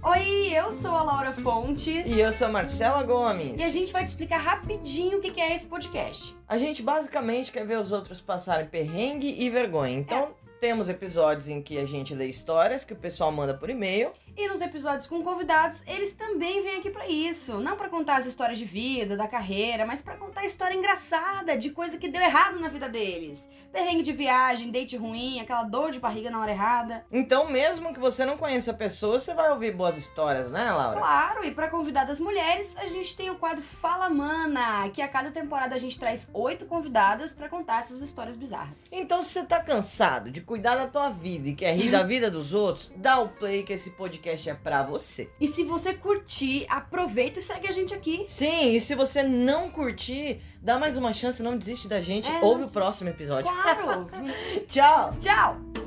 Oi, eu sou a Laura Fontes. E eu sou a Marcela Gomes. E a gente vai te explicar rapidinho o que é esse podcast. A gente basicamente quer ver os outros passarem perrengue e vergonha. Então, temos episódios em que a gente lê histórias que o pessoal manda por e-mail. E nos episódios com convidados, eles também vêm aqui pra isso. Não pra contar as histórias de vida, da carreira, mas pra contar história engraçada, de coisa que deu errado na vida deles. Perrengue de viagem, date ruim, aquela dor de barriga na hora errada. Então, mesmo que você não conheça a pessoa, você vai ouvir boas histórias, né, Laura? Claro, e pra convidadas mulheres, a gente tem o quadro Fala Mana, que a cada temporada a gente traz 8 convidadas pra contar essas histórias bizarras. Então, se você tá cansado de cuidar da tua vida e quer rir da vida dos outros, dá o play que esse podcast é pra você. E se você curtir, aproveita e segue a gente aqui. Sim, e se você não curtir, dá mais uma chance, não desiste da gente. Ouve o próximo episódio. Claro! Tchau! Tchau!